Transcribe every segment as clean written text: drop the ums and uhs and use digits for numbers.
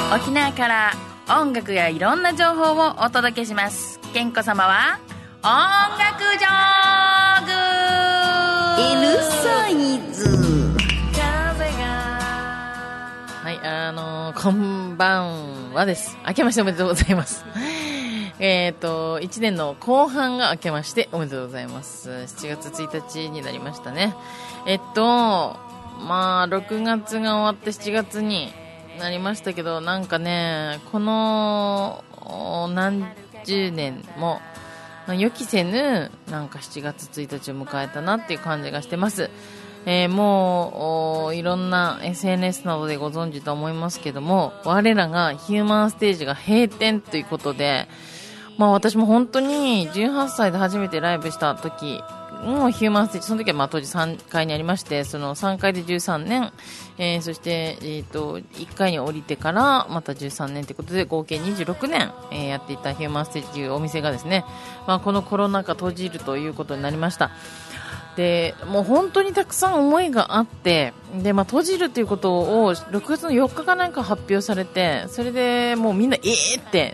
沖縄から音楽やいろんな情報をお届けします。ケンコ様は音楽ジョーグ L サイズ。はい、こんばんはです。明けましておめでとうございます。1年の後半が明けましておめでとうございます。7月1日になりましたね。6月が終わって7月になりましたけど、なんかね、この何十年も予期せぬなんか7月1日を迎えたなっていう感じがしてます。もういろんな SNS などでご存知と思いますけども、我らがヒューマンステージが閉店ということで、私も本当に18歳で初めてライブした時もうヒューマンステージ、その時は当時3階にありまして、その3階で13年、そして、1階に降りてからまた13年ということで合計26年、やっていたヒューマンステージというお店がですね、このコロナ禍閉じるということになりました。でもう本当にたくさん思いがあって、で、閉じるということを6月の4日かなんか発表されて、それでもうみんなって、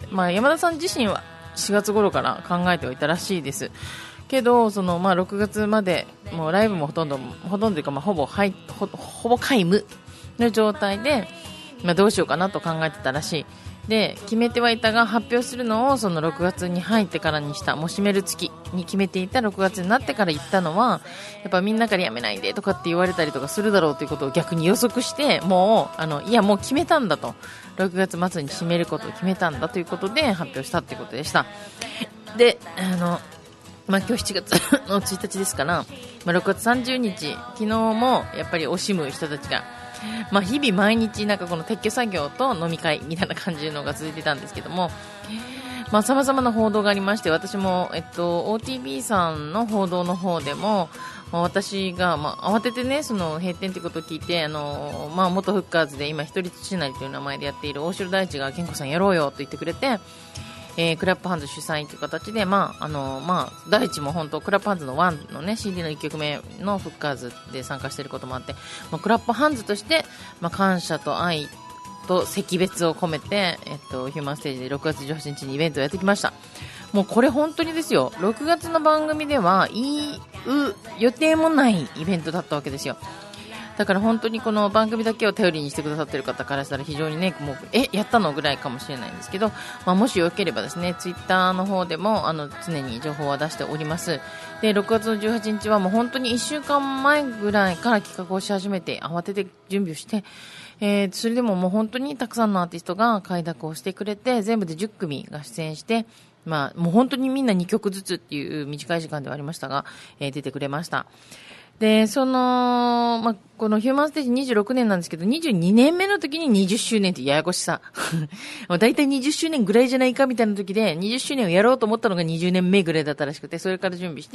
山田さん自身は4月頃から考えておいたらしいですけど、その6月までもうライブもほとんどというか、ほぼ皆無の状態で、どうしようかなと考えてたらしい。で、決めてはいたが発表するのをその6月に入ってからにした。もう閉める月に決めていた6月になってから言ったのは、やっぱみんなからやめないでとかって言われたりとかするだろうということを逆に予測して、もうもう決めたんだと、6月末に閉めることを決めたんだということで発表したということでした。で、今日7月の1日ですから、6月30日昨日もやっぱり惜しむ人たちが、日々毎日なんかこの撤去作業と飲み会みたいな感じのが続いてたんですけども、様々な報道がありまして、私も、OTB さんの報道の方でも、私が、慌ててね、その閉店ということを聞いて、元フッカーズで今一人土なりという名前でやっている大城大地が健子さんやろうよと言ってくれて、クラップハンズ主催という形で、大地も本当クラップハンズの1のね CD の1曲目のフッカーズで参加していることもあって、クラップハンズとして、感謝と愛と惜別を込めて、ヒューマンステージで6月18日にイベントをやってきました。もうこれ本当にですよ、6月の番組では言う予定もないイベントだったわけですよ。だから本当にこの番組だけを頼りにしてくださっている方からしたら非常にね、もうやったのぐらいかもしれないんですけど、もしよければですね、ツイッターの方でも常に情報は出しております。で、6月の18日はもう本当に1週間前ぐらいから企画をし始めて慌てて準備をして、それでももう本当にたくさんのアーティストが快諾をしてくれて、全部で10組が出演して、もう本当にみんな2曲ずつっていう短い時間ではありましたが、出てくれました。で、このヒューマンステージ26年なんですけど、22年目の時に20周年ってややこしさ。だいたい20周年ぐらいじゃないかみたいな時で、20周年をやろうと思ったのが20年目ぐらいだったらしくて、それから準備して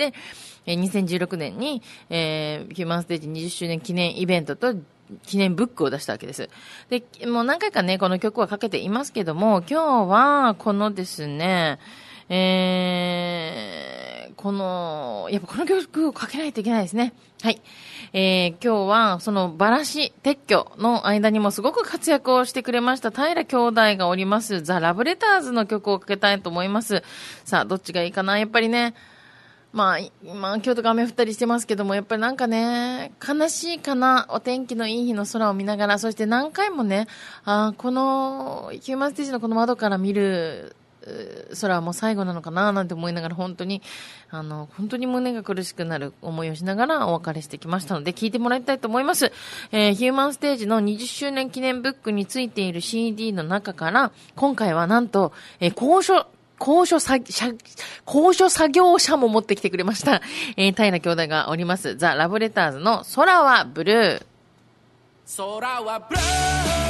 、2016年に、ヒューマンステージ20周年記念イベントと、記念ブックを出したわけです。で、もう何回かね、この曲はかけていますけども、今日は、このですね、やっぱこの曲をかけないといけないですね。はい。今日はそのバラシ撤去の間にもすごく活躍をしてくれました平兄弟がおりますザ・ラブレターズの曲をかけたいと思います。さあ、どっちがいいかな。やっぱりね、今日とか雨降ったりしてますけども、やっぱりなんかね、悲しいかな。お天気のいい日の空を見ながら、そして何回もね、このヒューマンステージのこの窓から見る空はもう最後なのかななんて思いながら、本当に胸が苦しくなる思いをしながらお別れしてきましたので、聞いてもらいたいと思います。ヒューマンステージの20周年記念ブックについている CD の中から、今回はなんと、高所作業車も持ってきてくれました。平兄弟がおりますザ・ラブレターズの空はブルー。空はブルー。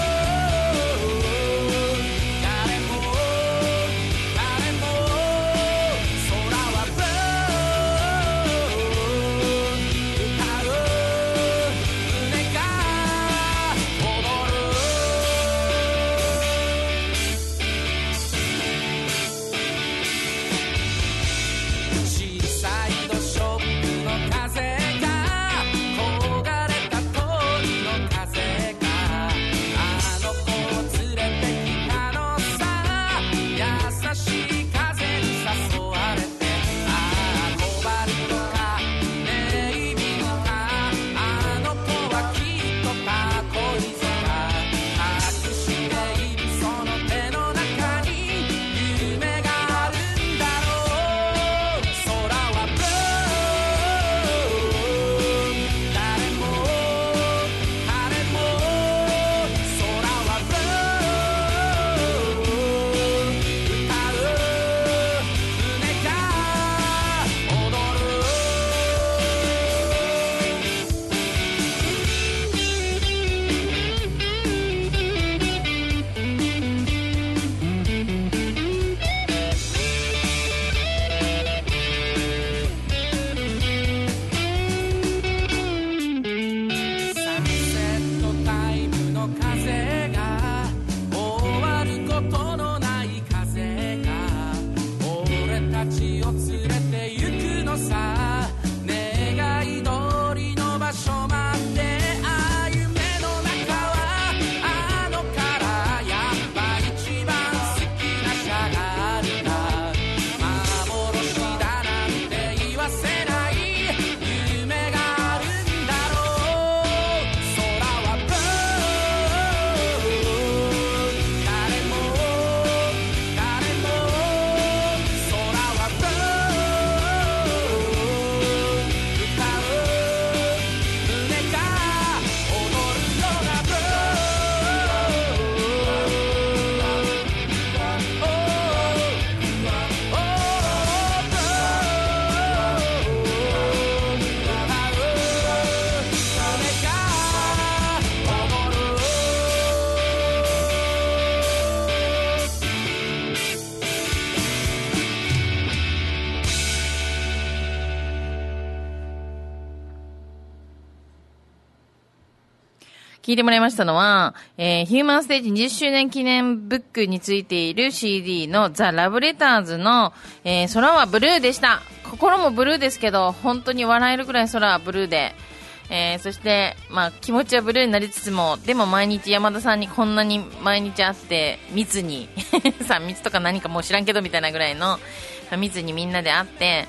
聞いてもらいましたのは、ヒューマンステージ20周年記念ブックについている CD のザ・ラブレターズの、空はブルーでした。心もブルーですけど、本当に笑えるくらい空はブルーで、そして、気持ちはブルーになりつつも、でも毎日山田さんにこんなに毎日会って、密に、3密とか何かもう知らんけどみたいなぐらいの、密にみんなで会って、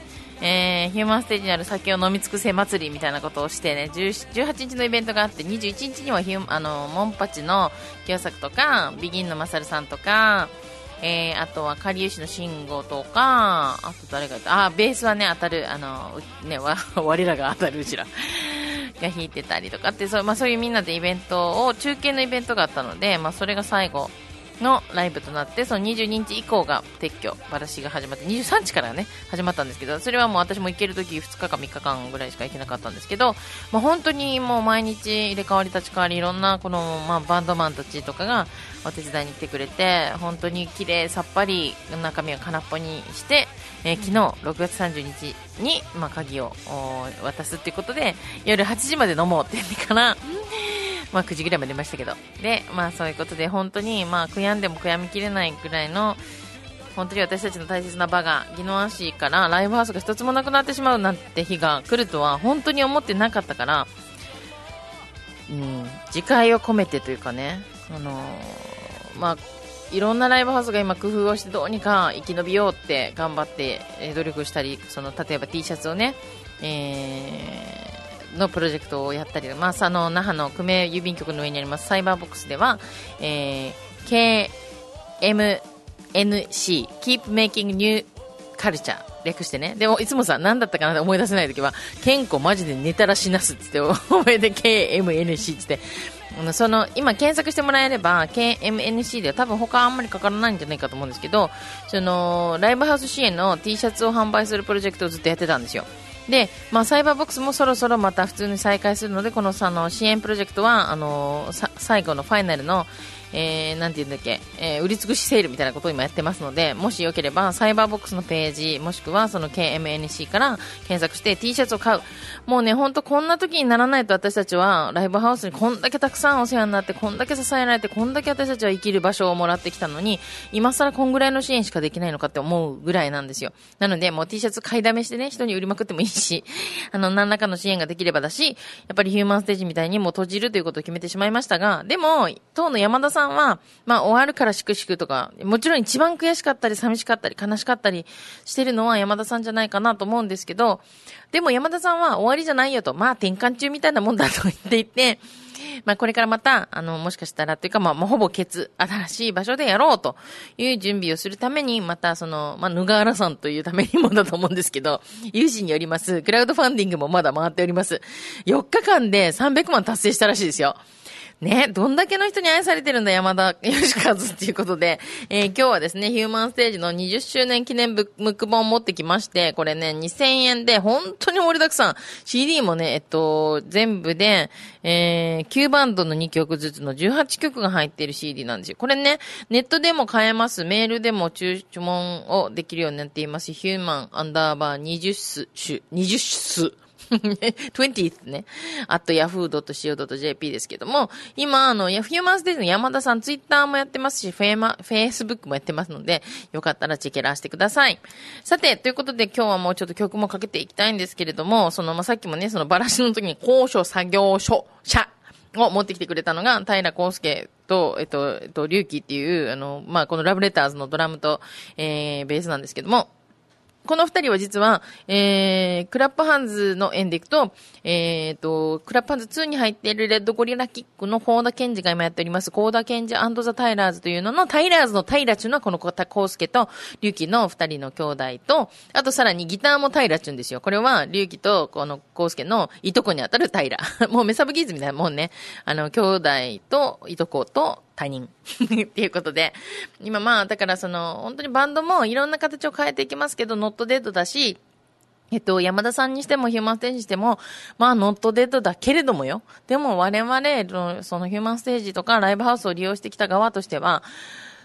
ヒューマンステージにある酒を飲み尽くせ祭りみたいなことをしてね、18日のイベントがあって、21日にはモンパチの清作とか、ビギンのマサルさんとか、あとはかりゆしの慎吾とか、あと誰がいた、ベースはね、当たる、我らが当たるうちら。が弾いてたりとかってそういうみんなでイベントを中継のイベントがあったので、それが最後のライブとなって、その22日以降が撤去ばらしが始まって23日からね始まったんですけど、それはもう私も行ける時2日か3日間ぐらいしか行けなかったんですけど、本当にもう毎日入れ替わり立ち替わりいろんなこの、バンドマンたちとかがお手伝いに来てくれて、本当に綺麗さっぱり中身を空っぽにして、昨日6月30日に、鍵を渡すっていうことで、夜8時まで飲もうって言ってから9時ぐらいまで出ましたけど、でそういうことで本当に悔やんでも悔やみきれないぐらいの本当に私たちの大切な場が宜野湾市からライブハウスが一つもなくなってしまうなんて日が来るとは本当に思ってなかったから、自戒を込めてというかね、いろんなライブハウスが今工夫をしてどうにか生き延びようって頑張って努力したり、例えば T シャツをね、のプロジェクトをやったり、那覇の久米郵便局の上にありますサイバーボックスでは、KMNC Keep Making New Culture略してね、でもいつもさ何だったかなって思い出せないときは健康マジで寝たらしなすって言って覚えて KMNC って今検索してもらえれば KMNC では多分他あんまりかからないんじゃないかと思うんですけど、ライブハウス支援の T シャツを販売するプロジェクトをずっとやってたんですよ。で、サイバーボックスもそろそろまた普通に再開するので、この支援プロジェクトは最後のファイナルのなんていうんだっけ、売り尽くしセールみたいなことを今やってますので、もしよければサイバーボックスのページもしくはその KMNC から検索して T シャツを買う。もうね、本当こんな時にならないと私たちはライブハウスにこんだけたくさんお世話になって、こんだけ支えられて、こんだけ私たちは生きる場所をもらってきたのに、今更こんぐらいの支援しかできないのかって思うぐらいなんですよ。なのでもう T シャツ買いだめしてね、人に売りまくってもいいし、何らかの支援ができればだし、やっぱりヒューマンステージみたいにもう閉じるということを決めてしまいましたが、でも当の山田さんは終わるからしくしくとか、もちろん一番悔しかったり寂しかったり悲しかったりしてるのは山田さんじゃないかなと思うんですけど、でも山田さんは終わりじゃないよと、転換中みたいなもんだと言っていて、これからまたもしかしたらというかほぼ新しい場所でやろうという準備をするために、またぬがあらさんというためにもだと思うんですけど、有志によりますクラウドファンディングもまだ回っております。4日間で300万達成したらしいですよ。ね、どんだけの人に愛されてるんだ山田義和っていうことで、今日はですね、ヒューマンステージの20周年記念ムック本を持ってきまして、これね、2000円で本当に盛りだくさん。CD もね、全部で、9バンドの2曲ずつの18曲が入っている CD なんですよ。これね、ネットでも買えます。メールでも注文をできるようになっています。ヒューマン2020th ね。yahoo.co.jp ですけども、今、ヒューマンステージの山田さん、ツイッターもやってますし、フェイスブックもやってますので、よかったらチェケラしてください。さて、ということで今日はもうちょっと曲もかけていきたいんですけれども、さっきもね、バラシの時に高所作業所、社を持ってきてくれたのが、平康介と、龍騎っていう、このラブレターズのドラムと、ベースなんですけども、この二人は実は、クラップハンズの演でいくと、クラップハンズ2に入っているレッドゴリラキックのコーダケンジが今やっております、コーダケンジ&ザ・タイラーズというのの、タイラーズのタイラチュンはこのコウスケとリュウキの二人の兄弟と、あとさらにギターもタイラチュンですよ。これはリュウキとこのコウスケのいとこにあたるタイラ。もうメサブギーズみたいなもんね。兄弟といとこと他人っていうことで、今だから本当にバンドもいろんな形を変えていきますけど、ノットデッドだし、山田さんにしてもヒューマンステージにしても、ノットデッドだけれどもよ。でも我々、そのヒューマンステージとかライブハウスを利用してきた側としては、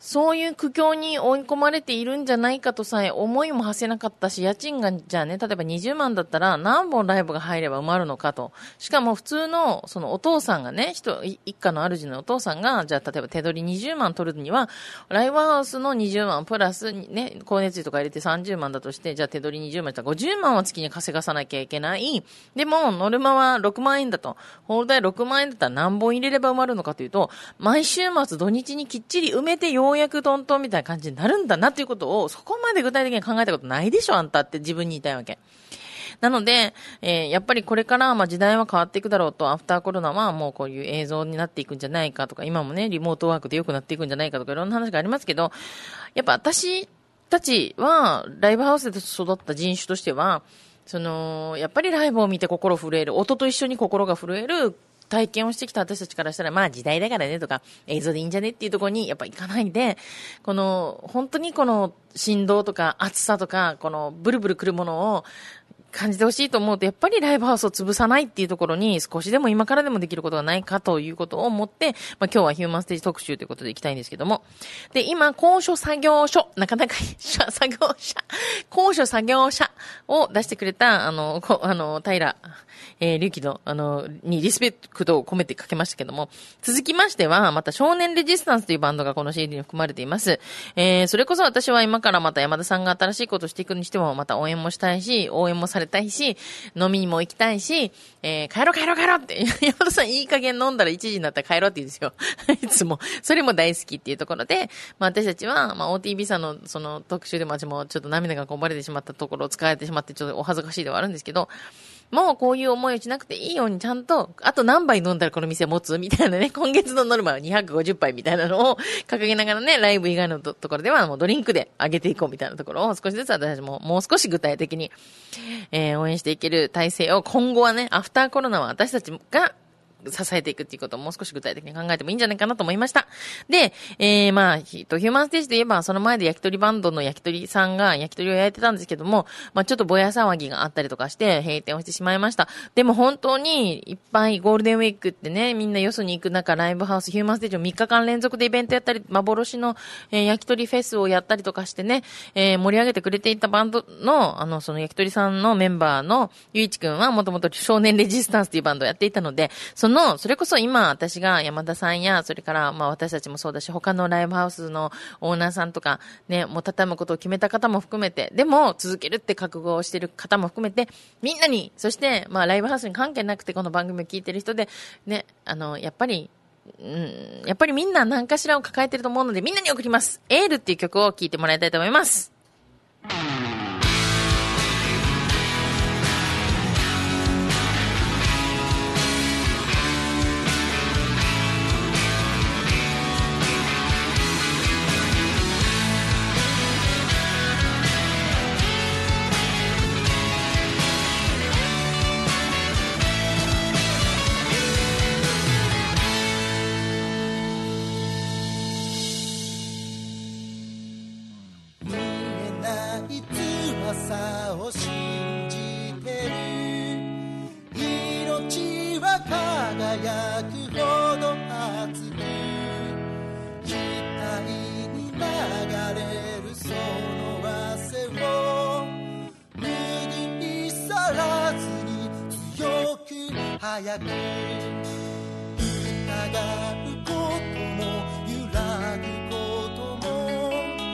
そういう苦境に追い込まれているんじゃないかとさえ思いも馳せなかったし、家賃がじゃあね、例えば20万だったら何本ライブが入れば埋まるのかと。しかも普通のそのお父さんがね、一家の主のお父さんが、じゃあ例えば手取り20万取るには、ライブハウスの20万プラスね、光熱費とか入れて30万だとして、じゃあ手取り20万だったら50万は月に稼がさなきゃいけない。でも、ノルマは6万円だと。ホール代6万円だったら何本入れれば埋まるのかというと、毎週末土日にきっちり埋めてようやくトントンみたいな感じになるんだなということを、そこまで具体的に考えたことないでしょ、あんたって自分に言いたいわけ。なので、やっぱりこれから時代は変わっていくだろうと、アフターコロナはもうこういう映像になっていくんじゃないかとか、今もね、リモートワークで良くなっていくんじゃないかとか、いろんな話がありますけど、やっぱ私たちは、ライブハウスで育った人種としては、やっぱりライブを見て心震える、音と一緒に心が震える、体験をしてきた私たちからしたら、まあ時代だからねとか、映像でいいんじゃねっていうところにやっぱ行かないで、本当にこの振動とか熱さとか、このブルブルくるものを感じてほしいと思うと、やっぱりライブハウスを潰さないっていうところに少しでも今からでもできることがないかということを思って、今日はヒューマンステージ特集ということでいきたいんですけども。で、今、高所作業所、なかなか高所作業車を出してくれた、平、隆起の、にリスペクトを込めてかけましたけども、続きましては、また少年レジスタンスというバンドがこの CD に含まれています。それこそ私は今からまた山田さんが新しいことをしていくにしても、また応援もしたいし、応援もされたいし、飲みにも行きたいし、帰ろうって、山田さんいい加減飲んだら1時になったら帰ろうって言うんですよ。いつも。それも大好きっていうところで、私たちは、OTB さんのその特集でも私もちょっと涙がこぼれてしまったところを使われてしまってちょっとお恥ずかしいではあるんですけど、もうこういう思いをしなくていいようにちゃんと、あと何杯飲んだらこの店持つみたいなね、今月のノルマは250杯みたいなのを掲げながらね、ライブ以外のところではもうドリンクで上げていこうみたいなところを少しずつ私たちももう少し具体的に、応援していける体制を今後はね、アフターコロナは私たちが支えていくっていうことをもう少し具体的に考えてもいいんじゃないかなと思いました。で、ヒューマンステージで言えば、その前で焼き鳥バンドの焼き鳥さんが焼き鳥を焼いてたんですけども、ちょっとぼや騒ぎがあったりとかして閉店をしてしまいました。でも本当にいっぱいゴールデンウィークってね、みんなよそに行く中、ライブハウス、ヒューマンステージを3日間連続でイベントやったり、幻の、焼き鳥フェスをやったりとかしてね、盛り上げてくれていたバンドの、その焼き鳥さんのメンバーのゆいちくんはもともと少年レジスタンスというバンドをやっていたので、それこそ今私が山田さんや、それから私たちもそうだし、他のライブハウスのオーナーさんとか、ね、もう畳むことを決めた方も含めて、でも続けるって覚悟をしている方も含めて、みんなに、そしてライブハウスに関係なくてこの番組を聞いてる人で、ね、やっぱりみんな何かしらを抱えてると思うので、みんなに送ります。エールっていう曲を聴いてもらいたいと思います。 翼を信じてる命は輝くほど熱く期待に流れるその汗を拭い去らずに強く早く疑うことも揺らぐことも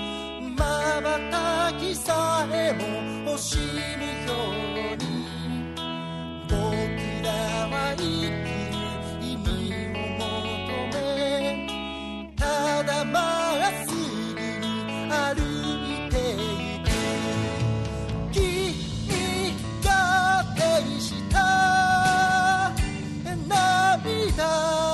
瞬きさえも惜しむように僕らは生きる意味を求めただまっすぐに歩いていく君が手にした涙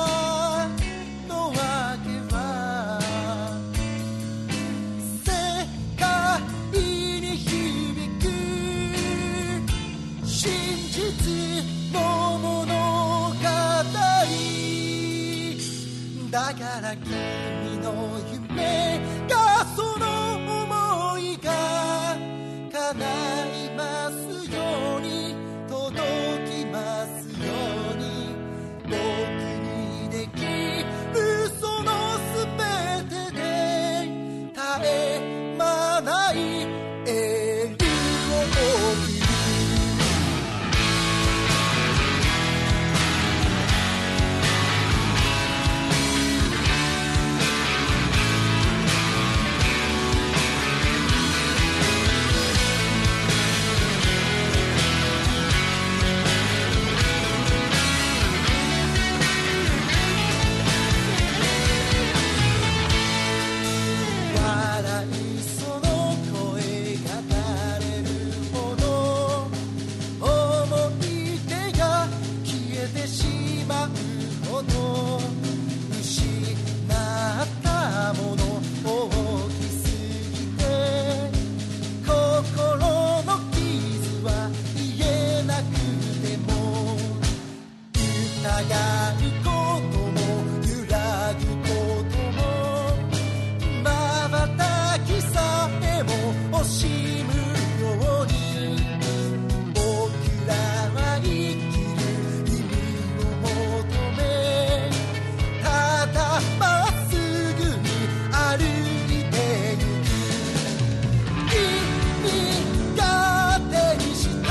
しむように僕らは生きる意味を求めただまっすぐに歩いてゆく君が手にした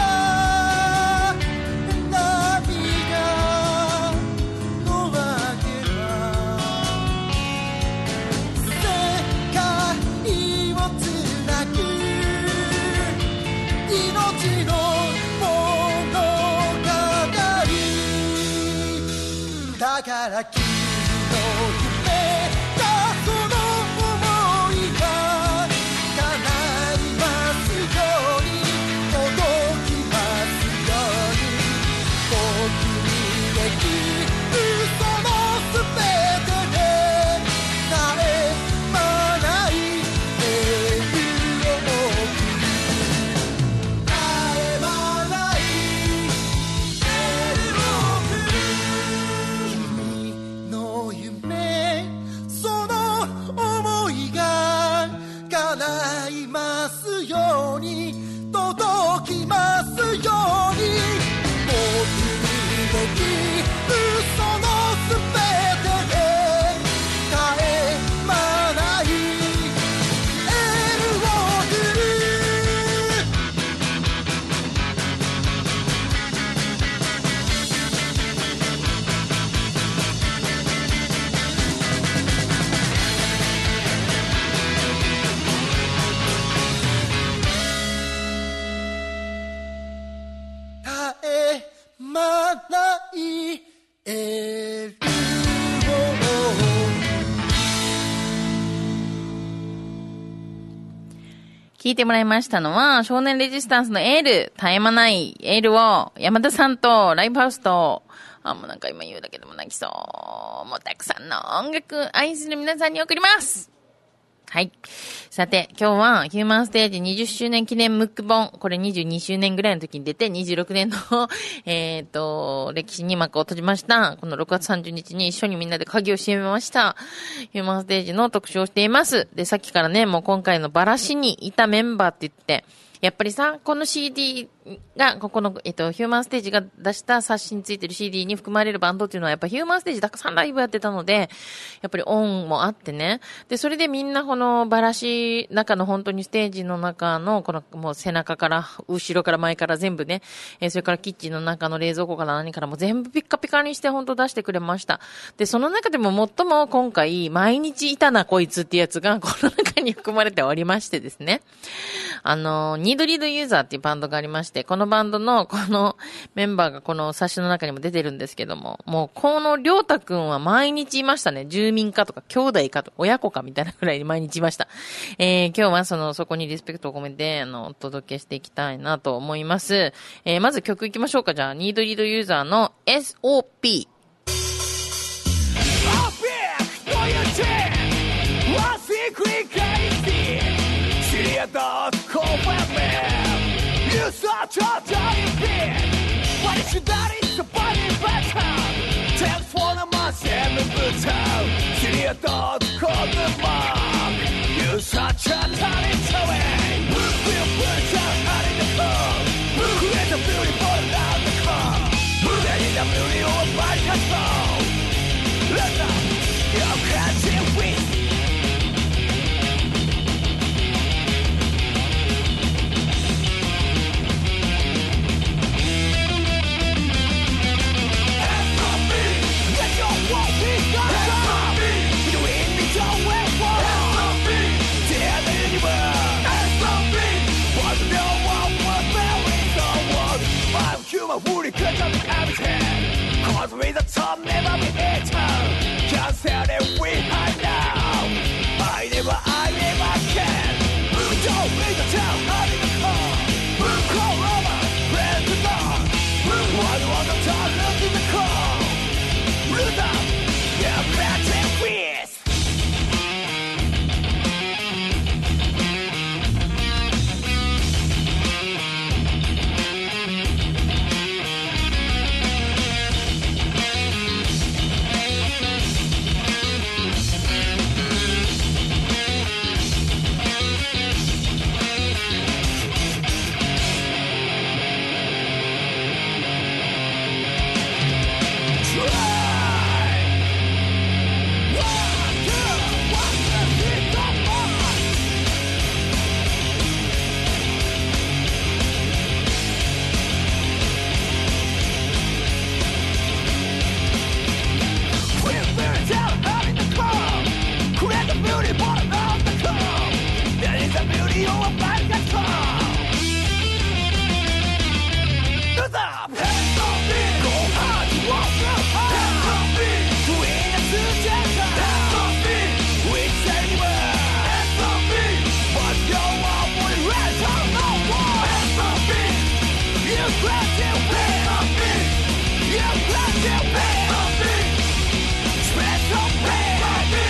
涙のわけは世界をつなぐ命の物語だから君の夢がその想いが叶いますように届きますように僕にできるそのすべてで絶え間ないエールを送る絶え間ないエールを送る君の夢その想いが叶いますように届きますように僕にできるそのすべてで絶え間ないエールを送る絶え間ないエールを聞いてもらいましたのは、少年レジスタンスのエール、絶え間ないエールを、山田さんとライブハウスと、もうなんか今言うだけでも泣きそう。もうたくさんの音楽愛する皆さんに送ります。はい。さて、今日はヒューマンステージ20周年記念ムック本。これ22周年ぐらいの時に出て、26年の、歴史に幕を閉じました。この6月30日に一緒にみんなで鍵を閉めました。ヒューマンステージの特集をしています。で、さっきからね、もう今回のバラシにいたメンバーって言って、やっぱりさ、この CD が、ここの、ヒューマンステージが出した冊子についてる CD に含まれるバンドっていうのは、やっぱヒューマンステージたくさんライブやってたので、やっぱり音もあってね。で、それでみんなこのバラシ中の本当にステージの中の、このもう背中から、後ろから前から全部ね、それからキッチンの中の冷蔵庫から何からも全部ピッカピカにして本当出してくれました。で、その中でも最も今回、毎日いたなこいつってやつがこの中に含まれておりましてですね。ニードリードユーザーっていうバンドがありまして、このバンドのこのメンバーがこの冊子の中にも出てるんですけども、もうこのりょうたくんは毎日いましたね。住民かとか兄弟かとか親子かみたいなくらい毎日いました。今日はそこにリスペクトを込めてお届けしていきたいなと思います。まず曲いきましょうか。じゃあニードリードユーザーの SOP。 You saw totally big. What is your daddy? The body better. Transform myself in brutal. See a dog called the mark. You saw totally swing. We'll put it out in the floor. Create a beautiful around the car. That is the beauty of my control. Look up, you're catching wind. 우리 그저는 everything Cause we the top never be eaten Can't say that we hide now I never can Don't need to tell how to call Call over, friend to God One on the top, look in the call Root up, yeah, catching fish There is a beauty of a bad control. Hands up, hands on me. Go hard, walk real hard. Hands on me. Win a two-chapter. Hands on me. Which anywhere. Hands on me. But your wall would rest on no wall. Hands on me. You glad to pay. Hands on me. You glad to pay. Hands on me. Spread some pay. Hands on me.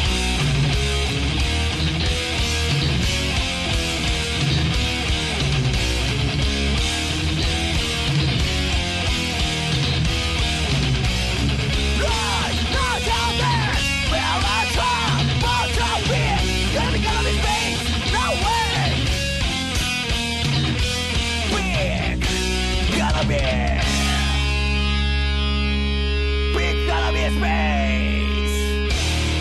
Space.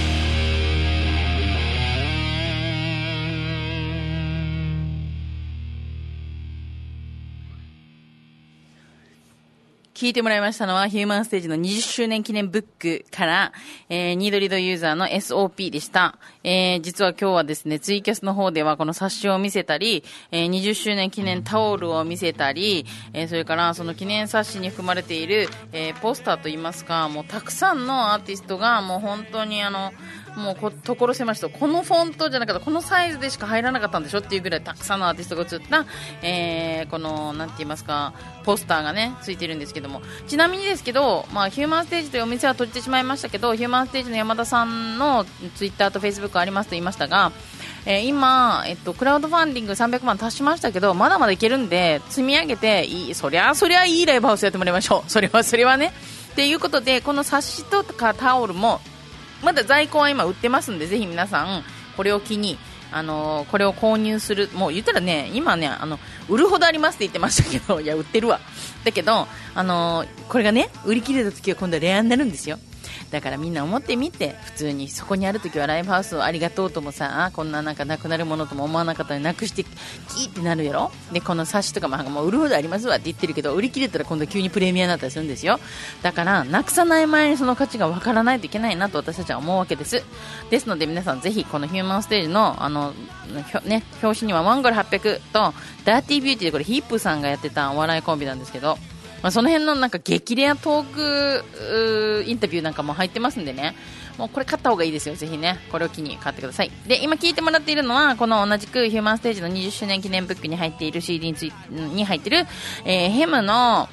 聞いてもらいましたのはヒューマンステージの20周年記念ブックから、ニードリードユーザーの SOP でした。実は今日はですね、ツイキャスの方ではこの冊子を見せたり、20周年記念タオルを見せたり、それからその記念冊子に含まれている、ポスターといいますか、もうたくさんのアーティストがもう本当にもう所狭しとこのフォントじゃなかったこのサイズでしか入らなかったんでしょっていうぐらいたくさんのアーティストが写った、このなんて言いますかポスターがねついてるんですけども、ちなみにですけど、まあ、ヒューマンステージというお店は閉じてしまいましたけど、ヒューマンステージの山田さんのツイッターとフェイスブックありますと言いましたが、今、クラウドファンディング300万達しましたけど、まだまだいけるんで積み上げてそりゃいいライブハウスやってもらいましょう。それはねっていうことで、この冊子とかタオルもまだ在庫は今売ってますんで、ぜひ皆さんこれを機にこれを購入する。もう言ったらね、今ね売るほどありますって言ってましたけど、いや売ってるわ。だけどこれがね売り切れた時は今度はレアになるんですよ。だからみんな思ってみて、普通にそこにあるときはライブハウスをありがとうともさ、こんななんかなくなるものとも思わなかったのになくしてキーってなるやろ。でこの冊子とかもう売るほどありますわって言ってるけど、売り切れたら今度急にプレミアになったりするんですよ。だからなくさない前にその価値がわからないといけないなと私たちは思うわけです。ですので皆さんぜひこのヒューマンステージの表紙にはワンゴル800とダーティービューティーで、これヒップさんがやってたお笑いコンビなんですけど、まあ、その辺のなんか激レアトークインタビューなんかも入ってますんでね、もうこれ買った方がいいですよ。ぜひねこれを機に買ってください。で今聞いてもらっているのはこの同じくヒューマンステージの20周年記念ブックに入っている CD に入っている、ヘムの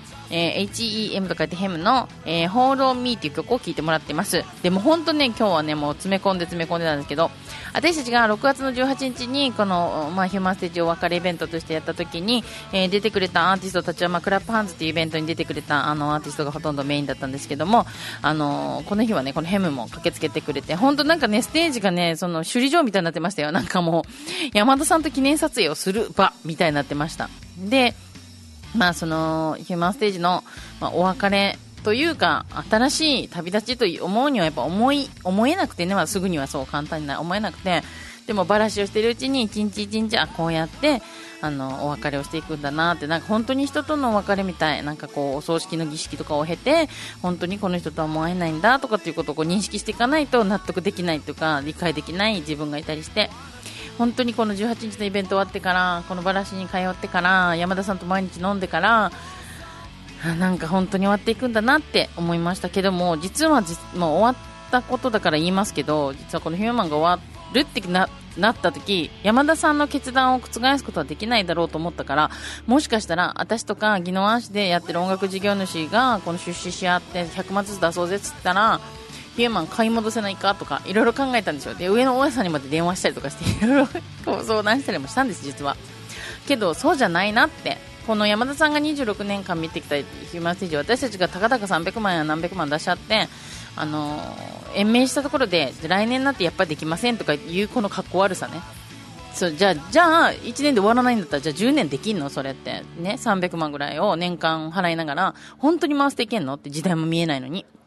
HEM と書いてヘムの、Hold on Me という曲を聴いてもらってます。でも本当ね今日はねもう詰め込んでたんですけど、私たちが6月の18日にこの、ヒューマンステージお別れイベントとしてやった時に、出てくれたアーティストたちは、クラップハンズというイベントに出てくれたアーティストがほとんどメインだったんですけども、この日はねこのヘムも駆けつけてくれて、本当なんかねステージがねその首里城みたいになってましたよ。なんかもう山田さんと記念撮影をする場みたいになってました。でそのヒューマンステージの、お別れというか新しい旅立ちと思うにはやっぱ思えなくてね、すぐにはそう簡単に思えなくて、でもバラシをしているうちに一日一日こうやってお別れをしていくんだなって、なんか本当に人とのお別れみたい、なんかこうお葬式の儀式とかを経て本当にこの人とはもう会えないんだとかっていうことをこう認識していかないと納得できないとか理解できない自分がいたりして、本当にこの18日のイベント終わってからこのバラシに通ってから山田さんと毎日飲んでからなんか本当に終わっていくんだなって思いましたけども、実はもう終わったことだから言いますけど、実はこのヒューマンが終わるってなった時、山田さんの決断を覆すことはできないだろうと思ったから、もしかしたら私とか宜野湾市でやってる音楽事業主がこの出資し合って100万ずつ出そうぜって言ったらヒューマン買い戻せないかとかいろいろ考えたんですよ。で上の大家さんにまで電話したりとかしていろいろ相談したりもしたんです実は。けどそうじゃないなって、この山田さんが26年間見てきたヒューマンステージ、私たちがたかだか300万や何百万出しちゃって延命したところで来年になってやっぱりできませんとかいうこの格好悪さね。そうじゃあ1年で終わらないんだったらじゃあ10年できんのそれってね、300万ぐらいを年間払いながら本当に回していけんのって、時代も見えないのに。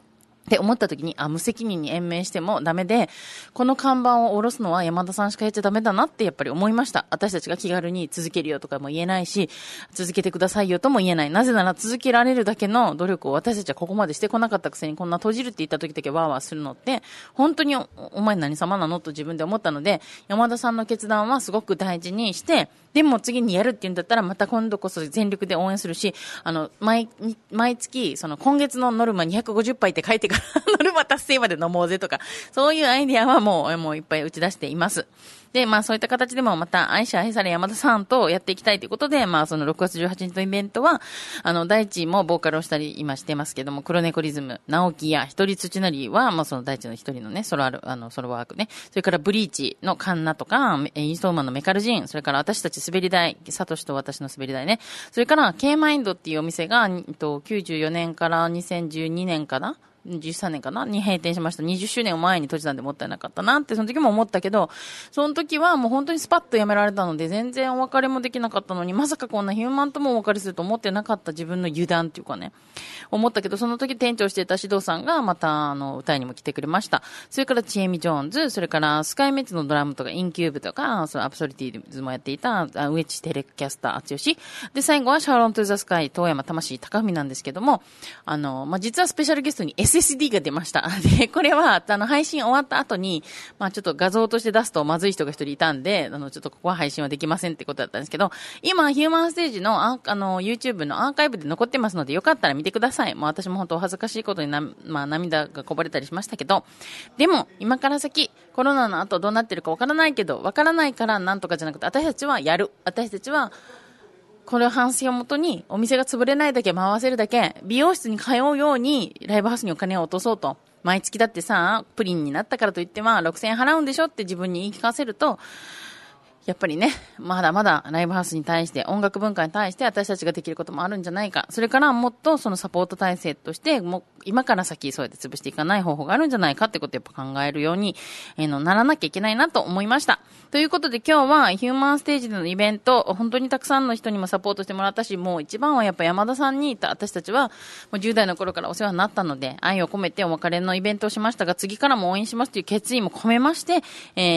って思った時に、無責任に延命してもダメで、この看板を下ろすのは山田さんしかやっちゃダメだなってやっぱり思いました。私たちが気軽に続けるよとかも言えないし、続けてくださいよとも言えない。なぜなら続けられるだけの努力を私たちはここまでしてこなかったくせに、こんな閉じるって言った時だけワーワーするのって、本当に お前何様なのと自分で思ったので、山田さんの決断はすごく大事にして、でも次にやるって言うんだったらまた今度こそ全力で応援するし、毎月、今月のノルマ250杯って書いてからノルマ達成まで飲もうぜとか、そういうアイデアはもういっぱい打ち出しています。で、そういった形でもまた愛し愛され山田さんとやっていきたいということで、その6月18日のイベントは、大地もボーカルをしたり今してますけども、黒猫リズム、直樹や一人土なりは、その大地の一人のね、ソロワークね、それからブリーチのカンナとか、インストーマンのメカルジン、それから私たち滑り台、サトシと私の滑り台ね、それから K マインドっていうお店が、94年から2012年かな13年かなに閉店しました。20周年を前に閉じたんでもったいなかったなってその時も思ったけど、その時はもう本当にスパッとやめられたので全然お別れもできなかったのに、まさかこんなヒューマンともお別れすると思ってなかった自分の油断っていうかね、思ったけど、その時店長していた指導さんがまた歌いにも来てくれました。それからチエミ・ジョーンズ、それからスカイメッツのドラムとかインキューブとか、そのアブソリティズもやっていた植地テレキャスター厚吉で、最後はシャーロン・トゥ・ザ・スカイ遠山魂高文なんですけども、実はスペシャルゲストに SSD が出ました。で、これは、配信終わった後に、ちょっと画像として出すとまずい人が一人いたんで、ちょっとここは配信はできませんってことだったんですけど、今、ヒューマンステージのYouTube のアーカイブで残ってますので、よかったら見てください。もう私も本当お恥ずかしいことに涙がこぼれたりしましたけど、でも、今から先、コロナの後どうなってるかわからないけど、わからないからなんとかじゃなくて、私たちはやる。私たちは、これを反省をもとに、お店が潰れないだけ回せるだけ、美容室に通うように、ライブハウスにお金を落とそうと。毎月だってさ、プリンになったからといっては、6000円払うんでしょって自分に言い聞かせると、やっぱりね、まだまだライブハウスに対して、音楽文化に対して私たちができることもあるんじゃないか。それからもっとそのサポート体制として、もう今から先そうやって潰していかない方法があるんじゃないかってことをやっぱ考えるように、ならなきゃいけないなと思いました。ということで今日はヒューマンステージでのイベント、本当にたくさんの人にもサポートしてもらったし、もう一番はやっぱ山田さんに私たちはもう10代の頃からお世話になったので、愛を込めてお別れのイベントをしましたが、次からも応援しますという決意も込めまして、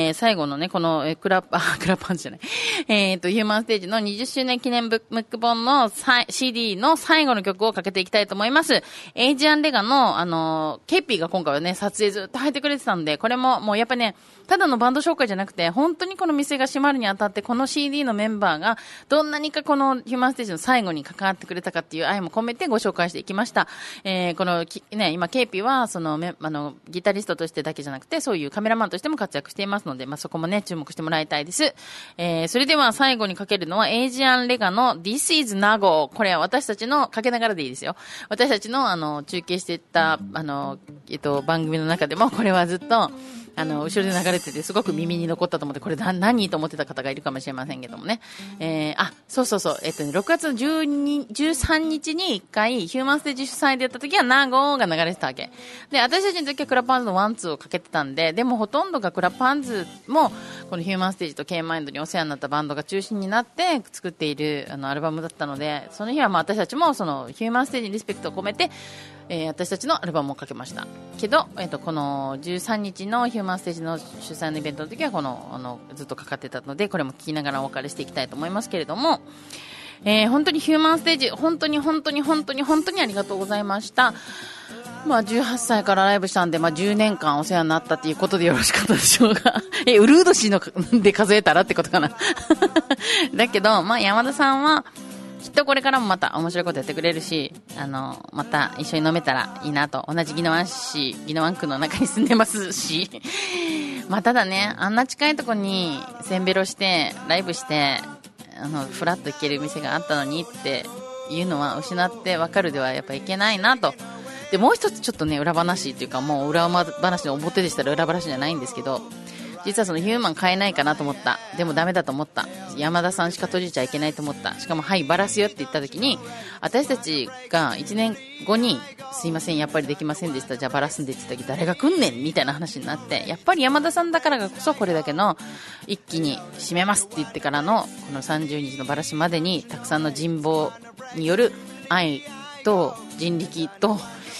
最後のね、このクラパンチじゃない。ヒューマンステージの20周年記念ブック本のCD の最後の曲をかけていきたいと思います。エイジアンレガの、ケッピーが今回はね、撮影ずっと入ってくれてたんで、これももうやっぱね、ただのバンド紹介じゃなくて、本当にこの店が閉まるにあたって、この CD のメンバーが、どんなにかこのヒューマンステージの最後に関わってくれたかっていう愛も込めてご紹介していきました。この、ね、今、ケイピーは、ギタリストとしてだけじゃなくて、そういうカメラマンとしても活躍していますので、そこもね、注目してもらいたいです。それでは最後にかけるのは、エイジアンレガの This is Nago。これは私たちの、かけながらでいいですよ。私たちの、中継していった、番組の中でも、これはずっと、後ろで流れててすごく耳に残ったと思って、これ何と思ってた方がいるかもしれませんけどもね。そう。6月の13日に1回ヒューマンステージ主催でやった時はナゴーが流れてたわけ。で、私たちの時はクラパンズのワンツーをかけてたんで、でもほとんどがクラパンズもこのヒューマンステージと K マインドにお世話になったバンドが中心になって作っているアルバムだったので、その日は私たちもそのヒューマンステージにリスペクトを込めて、私たちのアルバムをかけましたけど、この13日のヒューマンステージの主催のイベントの時はずっとかかってたので、これも聞きながらお別れしていきたいと思いますけれども、本当にヒューマンステージ本当にありがとうございました。18歳からライブしたんで、10年間お世話になったっていうことでよろしかったでしょうか。ウルード氏ので数えたらってことかな。だけど、山田さんはきっとこれからもまた面白いことやってくれるし、また一緒に飲めたらいいなと。同じ宜野湾区の中に住んでますし。ただね、あんな近いとこにセンベロしてライブしてフラッと行ける店があったのにっていうのは失って分かるではやっぱいけないなと。でもう一つちょっとね、裏話っていうか、もう裏話の表でしたら裏話じゃないんですけど、実はそのヒューマン買えないかなと思った。でもダメだと思った。山田さんしか閉じちゃいけないと思った。しかもはいバラすよって言った時に、私たちが1年後にすいませんやっぱりできませんでした、じゃあバラすんでって言った時誰が来んねんみたいな話になって、やっぱり山田さんだからこそこれだけの一気に締めますって言ってからのこの30日のバラしまでにたくさんの人望による愛と人力と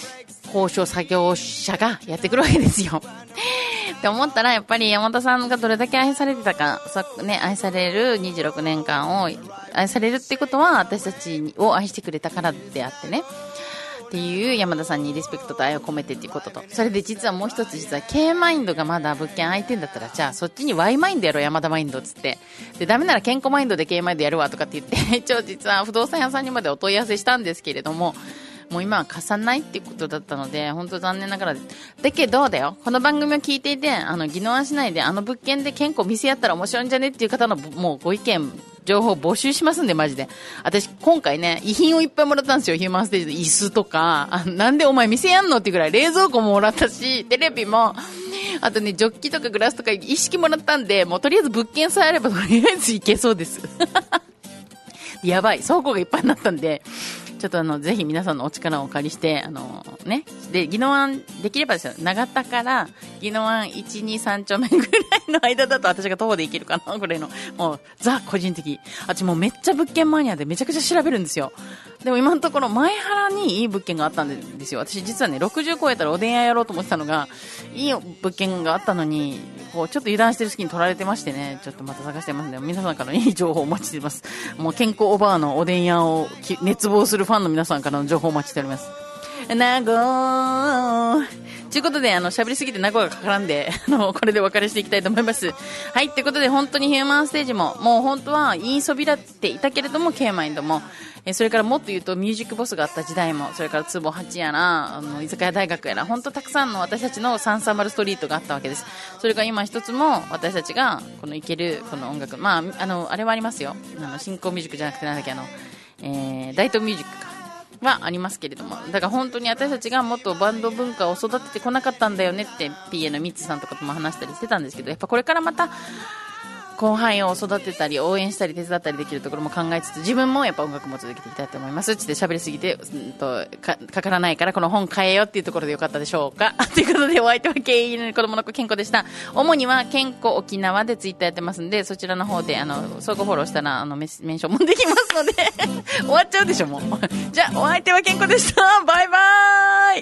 高所作業者がやってくるわけですよ。って思ったら、やっぱり山田さんがどれだけ愛されてたか、愛される26年間を愛されるってことは私たちを愛してくれたからであってね、っていう山田さんにリスペクトと愛を込めてっていうことと、それで実はもう一つ、実は K マインドがまだ物件空いてんだったら、じゃあそっちに Y マインドやろう、山田マインドっつって、でダメなら健康マインドで K マインドやるわとかって言って一応実は不動産屋さんにまでお問い合わせしたんですけれども、もう今は貸さないっていうことだったので、本当残念ながらです。だけどだよ、この番組を聞いていて、宜野湾市内で物件で健康店やったら面白いんじゃねっていう方のもうご意見、情報募集しますんで、マジで。私今回ね、遺品をいっぱいもらったんですよ。ヒューマンステージの椅子とか、なんでお前店やんのっていうぐらい冷蔵庫ももらったし、テレビも、あとね、ジョッキとかグラスとか一式もらったんで、もうとりあえず物件さえあればとりあえずいけそうですやばい、倉庫がいっぱいになったんで、ちょっとぜひ皆さんのお力をお借りして、ね。で、宜野湾、できればですよ、長田から宜野湾1、2、3丁目ぐらいの間だと私が徒歩で行けるかなぐらいの、もう、ザ個人的。私もうめっちゃ物件マニアでめちゃくちゃ調べるんですよ。でも今のところ前原にいい物件があったんですよ。私実はね、60超えたらおでん屋やろうと思ってたのが、いい物件があったのに、こう、ちょっと油断してる隙に取られてましてね、ちょっとまた探してますので、皆さんからのいい情報をお待ちしています。もう健康おばあのおでん屋を熱望するファンの皆さんからの情報をお待ちしております。なごーということで、喋りすぎて名古屋がかからんで、これでお別れしていきたいと思います。はい、ということで、本当にヒューマンステージも、もう本当は言いそびらっていたけれども、Kマインドも、それからもっと言うと、ミュージックボスがあった時代も、それから坪八やら、居酒屋大学やら、本当たくさんの私たちの330ストリートがあったわけです。それが今一つも、私たちが、このいける、この音楽、まあ、あれはありますよ。新興ミュージックじゃなくてなんだっけ、大東ミュージックか。はありますけれども、だから本当に私たちがもっとバンド文化を育ててこなかったんだよねって PA のミッツさんとかとも話したりしてたんですけど、やっぱこれからまた後輩を育てたり応援したり手伝ったりできるところも考えつつ、自分もやっぱ音楽も続けていきたいと思いますって喋りすぎて、かからないからこの本変えよっていうところでよかったでしょうかということで、お相手は経営の子供の子健康でした。主には健康沖縄でツイッターやってますんで、そちらの方で相互フォローしたらメンションもできますので終わっちゃうでしょもうじゃあお相手は健康でした。バイバーイ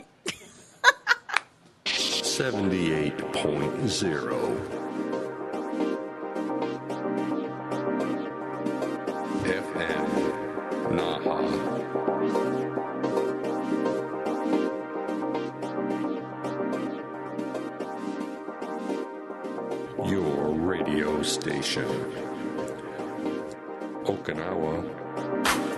78.0 FM Naha. Your radio station. Okinawa